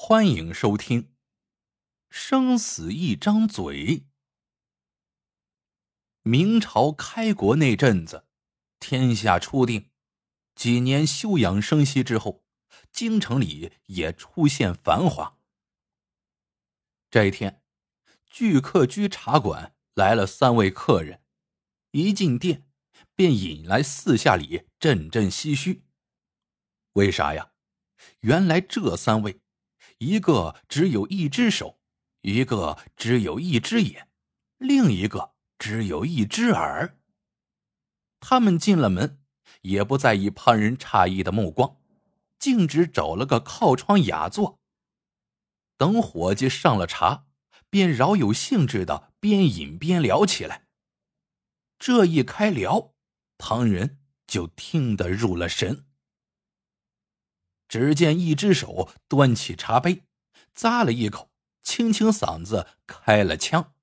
欢迎收听《生死一张嘴》。明朝开国那阵子，天下初定，几年休养生息之后，京城里也出现繁华。这一天，聚客居茶馆来了3位客人，一进店便引来四下里阵阵唏嘘。为啥呀？原来这3位，一个只有1只手，一个只有1只眼，另一个只有1只耳。他们进了门，也不在意旁人诧异的目光，径直找了个靠窗雅座。等伙计上了茶，便饶有兴致地边饮边聊起来。这一开聊，旁人就听得入了神。只见1只手端起茶杯，咂了一口，清清嗓子开了腔。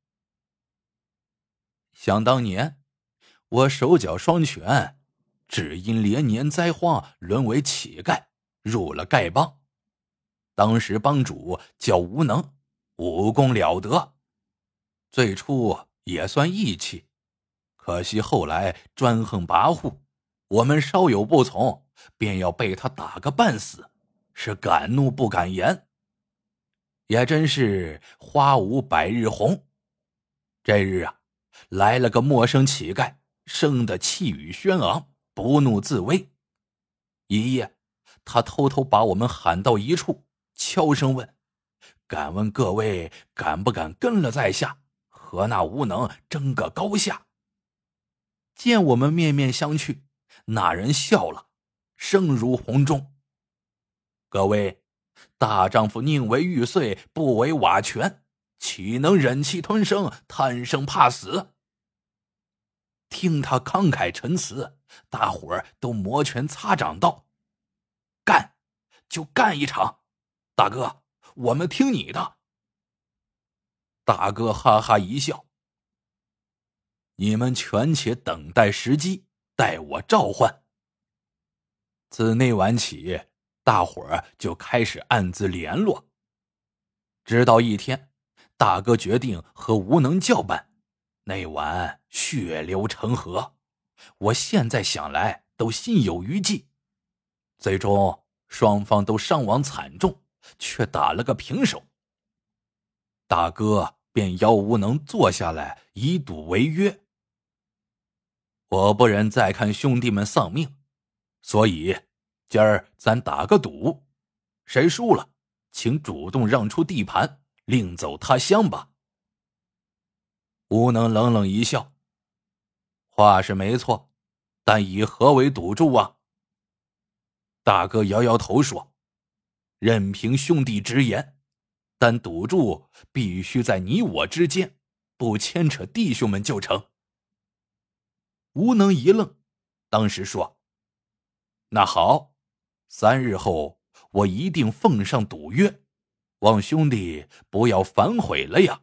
想当年，我手脚双全，只因连年灾荒沦为乞丐，入了丐帮。当时帮主叫吴能，武功了得，最初也算义气，可惜后来专横跋扈，我们稍有不从，便要被他打个半死，是敢怒不敢言。也真是花无百日红。这日啊，来了个陌生乞丐，生得气宇轩昂，不怒自威。一夜，他偷偷把我们喊到一处，悄声问：敢问各位敢不敢跟了在下，和那无能争个高下？见我们面面相觑，那人笑了，声如洪钟：各位，大丈夫宁为玉碎，不为瓦全，岂能忍气吞声，贪生怕死？听他慷慨陈词，大伙儿都摩拳擦掌道：干，就干一场，大哥，我们听你的。大哥哈哈一笑：你们权且等待时机，待我召唤。自那晚起，大伙儿就开始暗自联络。直到一天，大哥决定和吴能叫板，那晚血流成河，我现在想来都心有余悸。最终双方都伤亡惨重，却打了个平手。大哥便邀吴能坐下来以赌为约。我不忍再看兄弟们丧命，所以今儿咱打个赌，谁输了，请主动让出地盘，另走他乡吧。吴能冷冷一笑：话是没错，但以何为赌注啊？大哥摇摇头说：任凭兄弟直言，但赌注必须在你我之间，不牵扯弟兄们就成。吴能一愣，当时说：那好，3日后我一定奉上赌约，望兄弟不要反悔了呀。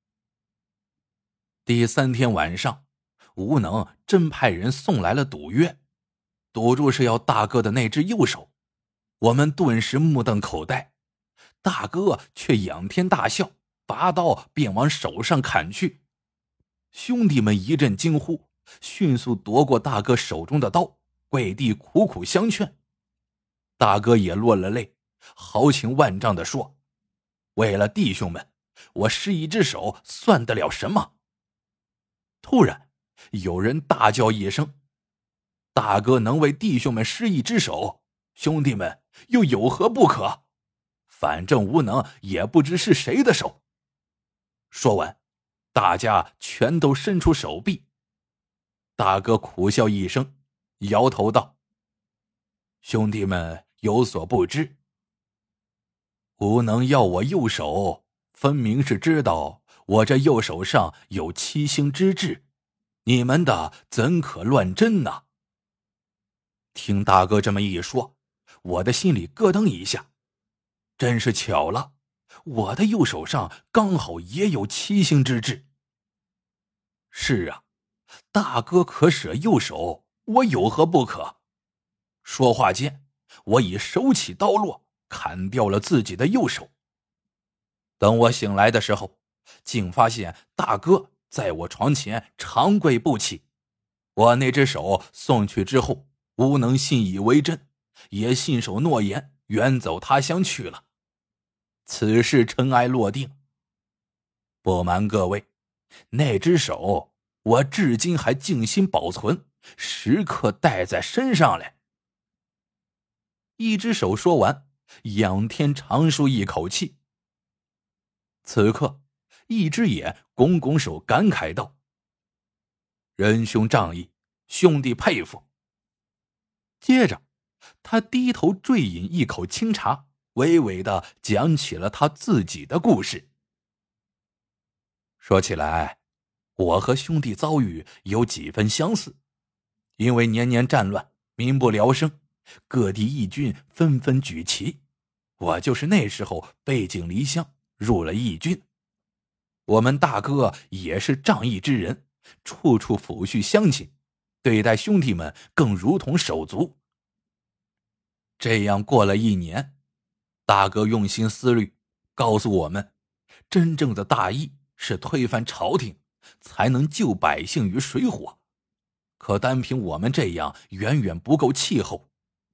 第3天晚上，吴能真派人送来了赌约，赌注是要大哥的那只右手。我们顿时目瞪口呆，大哥却仰天大笑，拔刀便往手上砍去。兄弟们一阵惊呼，迅速夺过大哥手中的刀，跪地苦苦相劝。大哥也落了泪，豪情万丈地说：为了弟兄们，我失1只手算得了什么？突然有人大叫一声：大哥能为弟兄们失1只手，兄弟们又有何不可？反正无能也不知是谁的手。说完，大家全都伸出手臂。大哥苦笑一声，摇头道：兄弟们有所不知，无能要我右手，分明是知道我这右手上有7星之痣，你们的怎可乱真呢？听大哥这么一说，我的心里咯噔一下，真是巧了，我的右手上刚好也有7星之痣。是啊，大哥可舍右手，我有何不可？说话间，我已手起刀落，砍掉了自己的右手， 等我醒来的时候，竟发现大哥在我床前长跪不起。我那只手送去之后，无能信以为真，也信守诺言，远走他乡去了。此事尘埃落定。不瞒各位，那只手我至今还静心保存，时刻带在身上嘞。一只手说完，仰天长舒一口气。此刻，一只眼拱拱手感慨道：“仁兄仗义，兄弟佩服。”接着，他低头坠饮一口清茶，娓娓地讲起了他自己的故事。说起来，我和兄弟遭遇有几分相似，因为年年战乱，民不聊生，各地义军纷纷举旗，我就是那时候背井离乡入了义军。我们大哥也是仗义之人，处处抚恤乡亲，对待兄弟们更如同手足。这样过了1年，大哥用心思虑，告诉我们，真正的大义是推翻朝廷，才能救百姓于水火。可单凭我们这样，远远不够气候。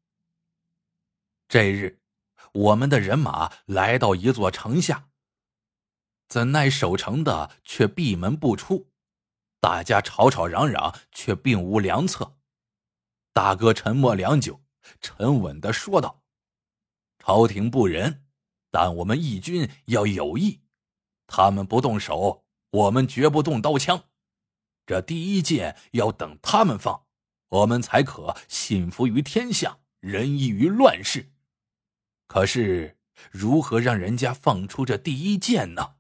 这日，我们的人马来到一座城下，怎奈守城的却闭门不出，大家吵吵嚷嚷，却并无良策。大哥沉默良久，沉稳地说道：“朝廷不仁，但我们义军要有义。他们不动手，我们绝不动刀枪。这第一剑要等他们放，我们才可信服于天下，仁义于乱世。可是，如何让人家放出这第一剑呢？”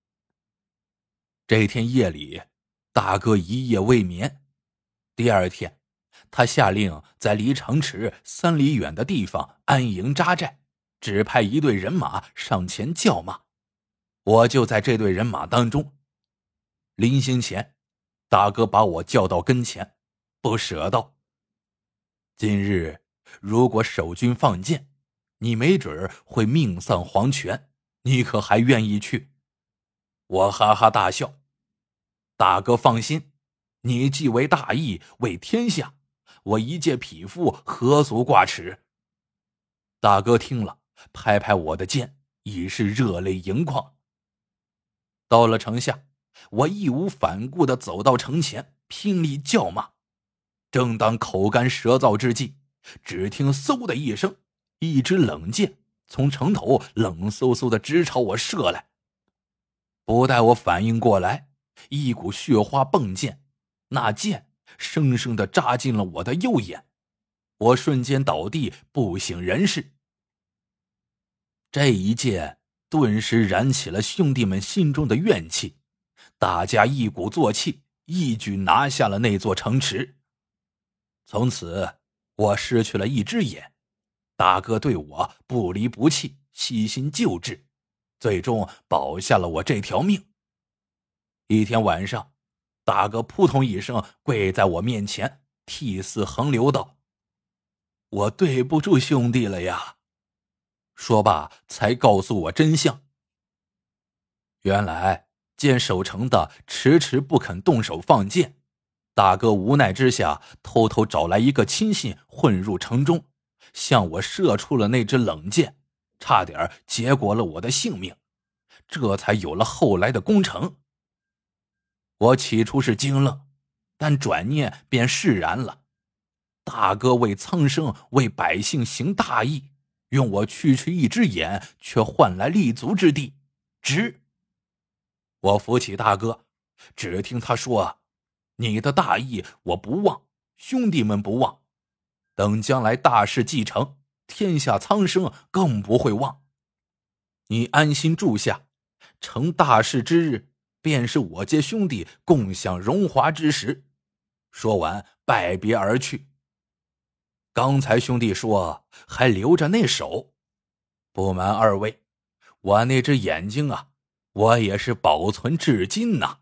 这天夜里，大哥一夜未眠。第二天，他下令在离城池3里远的地方安营扎寨，指派一队人马上前叫骂。我就在这队人马当中。临行前，大哥把我叫到跟前，不舍道：“今日如果守军放箭，你没准会命丧黄泉，你可还愿意去？”我哈哈大笑：“大哥放心，你既为大义，为天下，我一介匹夫何足挂齿。”大哥听了，拍拍我的肩，已是热泪盈眶。到了城下，我义无反顾地走到城前，拼力叫骂。正当口干舌燥之际，只听嗖的一声，一支冷箭从城头冷飕飕地直朝我射来。不待我反应过来，一股血花迸溅，那箭生生地扎进了我的右眼，我瞬间倒地，不省人事。这一箭顿时燃起了兄弟们心中的怨气，大家一鼓作气，一举拿下了那座城池。从此，我失去了一只眼，大哥对我不离不弃，悉心救治，最终保下了我这条命。一天晚上，大哥扑通一声跪在我面前，涕泗横流道：“我对不住兄弟了呀。”说罢才告诉我真相。原来见守城的迟迟不肯动手放箭，大哥无奈之下偷偷找来一个亲信混入城中，向我射出了那支冷箭，差点结果了我的性命，这才有了后来的攻城。我起初是惊愣，但转念便释然了。大哥为苍生，为百姓行大义，用我区区一只眼，却换来立足之地，值。我扶起大哥，只听他说：“你的大义我不忘，兄弟们不忘，等将来大事继承，天下苍生更不会忘。你安心住下，成大事之日，便是我皆兄弟共享荣华之时。”说完拜别而去。刚才兄弟说还留着那手，不瞒二位，我那只眼睛啊，我也是保存至今呐。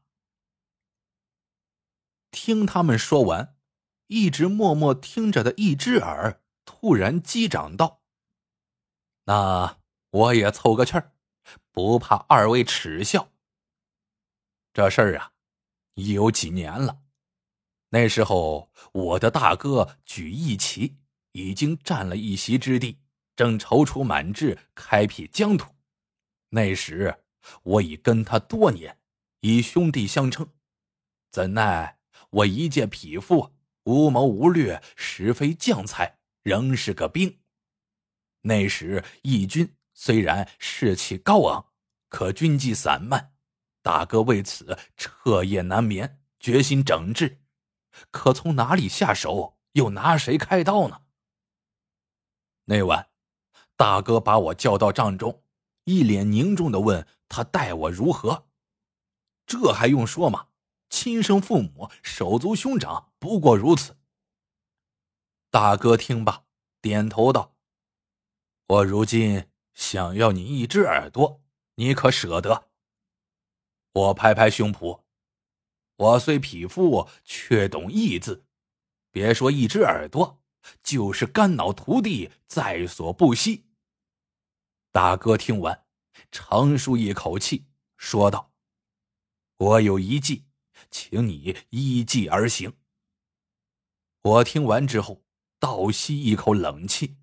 听他们说完，一直默默听着的一只耳突然击掌道：“那我也凑个气儿， 不怕二位耻笑。这事儿啊，已有几年了。那时候我的大哥举义旗已经占了一席之地，正踌躇满志开辟疆土。那时我已跟他多年，以兄弟相称，怎奈我一介匹夫，无谋无略，实非将才，仍是个兵。那时义军虽然士气高昂，可军纪散漫，大哥为此彻夜难眠，决心整治。可从哪里下手，又拿谁开刀呢？那晚大哥把我叫到帐中，一脸凝重地问他待我如何。这还用说吗？亲生父母，手足兄长，不过如此。大哥听罢点头道：我如今想要你一只耳朵，你可舍得？我拍拍胸脯，我虽匹夫，却懂义字，别说一只耳朵，就是肝脑涂地，在所不惜。大哥听完长舒一口气，说道：我有一计，请你依计而行。我听完之后倒吸一口冷气。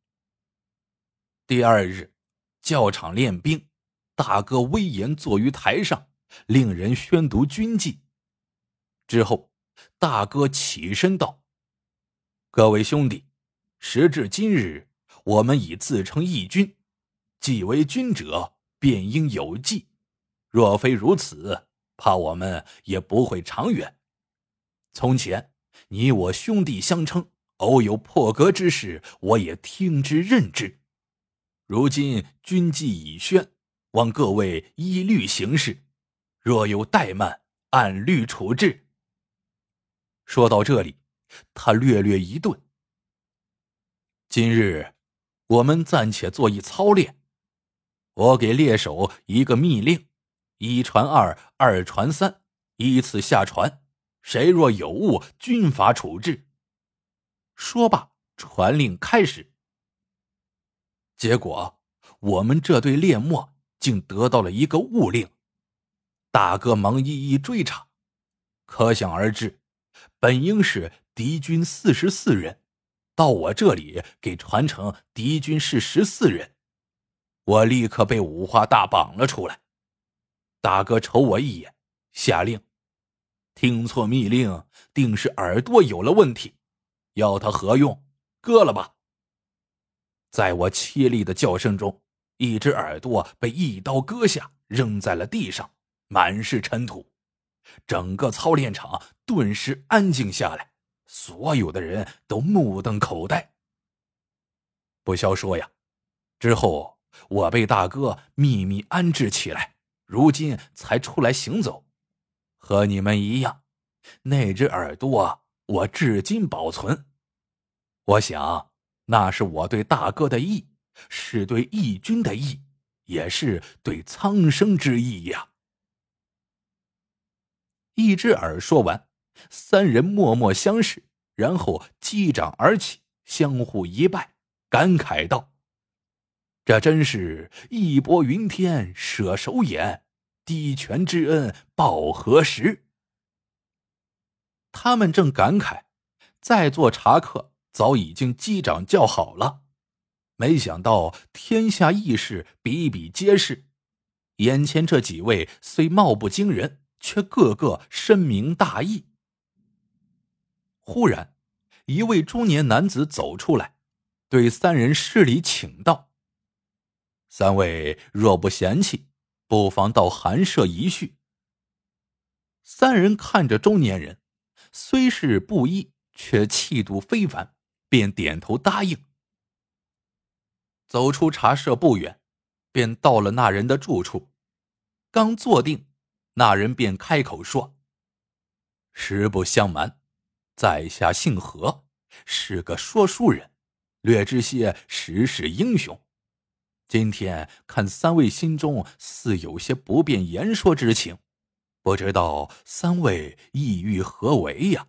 第二日教场练兵，大哥威严坐于台上，令人宣读军纪。之后大哥起身道：各位兄弟，时至今日，我们已自称义军，既为军者，便应有纪，若非如此，怕我们也不会长远。从前你我兄弟相称，偶有破格之事，我也听之任之。如今军纪已宣，望各位依律行事，若有怠慢，按律处置。说到这里，他略略一顿。今日我们暂且做一操练，我给猎手一个密令，一传二，二传三，依次下传，谁若有误，军法处置。说罢传令开始。结果我们这队练墨竟得到了一个误令，大哥忙一一追查，可想而知，本应是敌军44人，到我这里给传成敌军是14人。我立刻被五花大绑了出来。大哥瞅我一眼，下令：听错密令，定是耳朵有了问题，要他何用？割了吧。在我凄厉的叫声中，一只耳朵被一刀割下，扔在了地上，满是尘土。整个操练场顿时安静下来，所有的人都目瞪口呆。不消说呀，之后我被大哥秘密安置起来，如今才出来行走。和你们一样，那只耳朵我至今保存。我想那是我对大哥的义，是对义军的义，也是对苍生之义呀。一只耳说完，三人默默相视，然后击掌而起，相互一拜，感慨道：这真是义薄云天，舍手眼，滴泉之恩报何时。他们正感慨，在座茶客早已经击掌叫好了。没想到天下义士比比皆是，眼前这几位虽貌不惊人，却个个深明大义。忽然一位中年男子走出来，对三人施礼请道：三位若不嫌弃，不妨到寒舍一叙。三人看着中年人，虽是布衣，却气度非凡，便点头答应。走出茶社不远，便到了那人的住处。刚坐定，那人便开口说：实不相瞒，在下姓何，是个说书人，略知些时事英雄。今天看三位心中似有些不便言说之情，不知道三位意欲何为呀？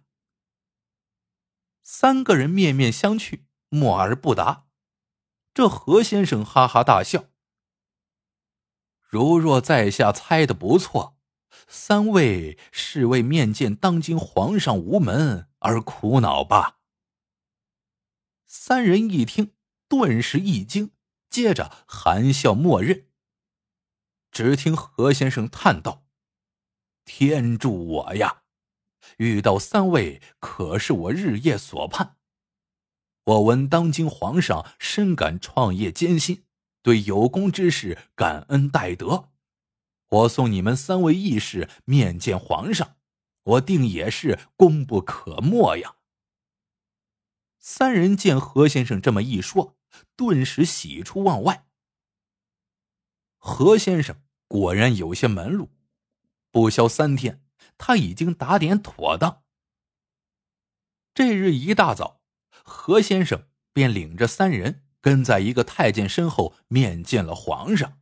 三个人面面相觑，默而不答。这何先生哈哈大笑： 如若在下猜得不错，三位是为面见当今皇上无门而苦恼吧？三人一听，顿时一惊，接着含笑默认。只听何先生叹道：“天助我呀！遇到三位可是我日夜所盼。我闻当今皇上深感创业艰辛，对有功之士感恩戴德。我送你们三位义士面见皇上，我定也是功不可没呀。”三人见何先生这么一说，顿时喜出望外。何先生果然有些门路，不消3天，他已经打点妥当。这日一大早，何先生便领着三人跟在一个太监身后面见了皇上。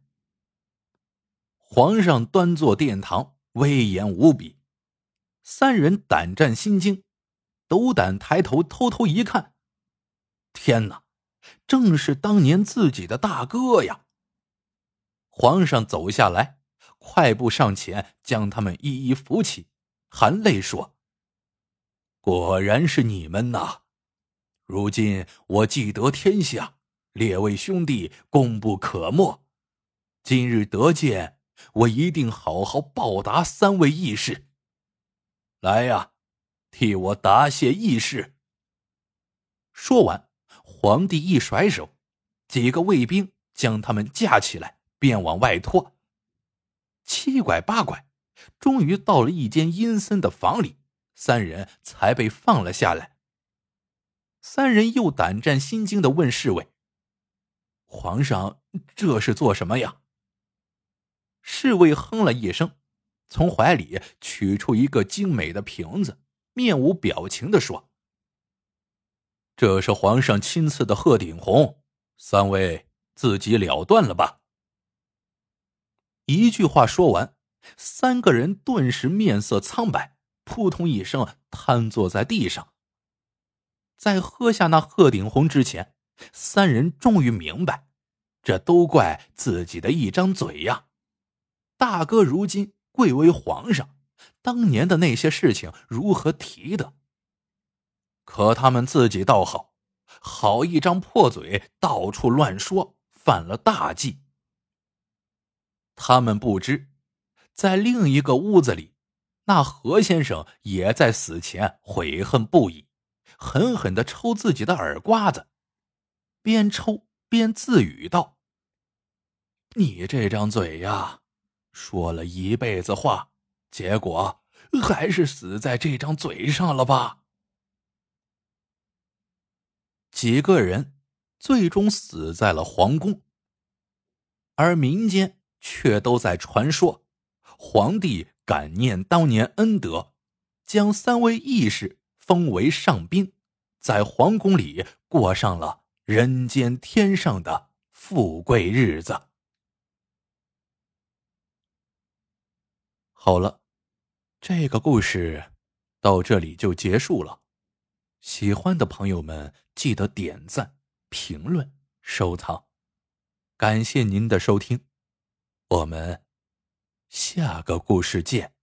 皇上端坐殿堂，威严无比。三人胆战心惊，斗胆抬头偷偷一看，天哪，正是当年自己的大哥呀！皇上走下来，快步上前将他们一一扶起，含泪说：“果然是你们呐！如今我既得天下，列位兄弟功不可没。今日得见，我一定好好报答三位义士。来呀，替我答谢义士。”说完，皇帝一甩手，几个卫兵将他们架起来，便往外拖。7拐8拐，终于到了一间阴森的房里，三人才被放了下来。三人又胆战心惊地问侍卫：“皇上这是做什么呀？”侍卫哼了一声，从怀里取出一个精美的瓶子，面无表情地说：“这是皇上亲赐的鹤顶红，三位自己了断了吧。”一句话说完，3个人顿时面色苍白，扑通一声瘫坐在地上。在喝下那鹤顶红之前，三人终于明白，这都怪自己的一张嘴呀。大哥如今贵为皇上，当年的那些事情如何提的？可他们自己倒好，好一张破嘴，到处乱说，犯了大忌。他们不知，在另一个屋子里，那何先生也在死前悔恨不已，狠狠地抽自己的耳刮子，边抽边自语道：“你这张嘴呀，说了一辈子话，结果还是死在这张嘴上了吧？”几个人最终死在了皇宫，而民间却都在传说，皇帝感念当年恩德，将3位义士封为上宾，在皇宫里过上了人间天上的富贵日子。好了，这个故事到这里就结束了。喜欢的朋友们记得点赞、评论、收藏。感谢您的收听，我们下个故事见。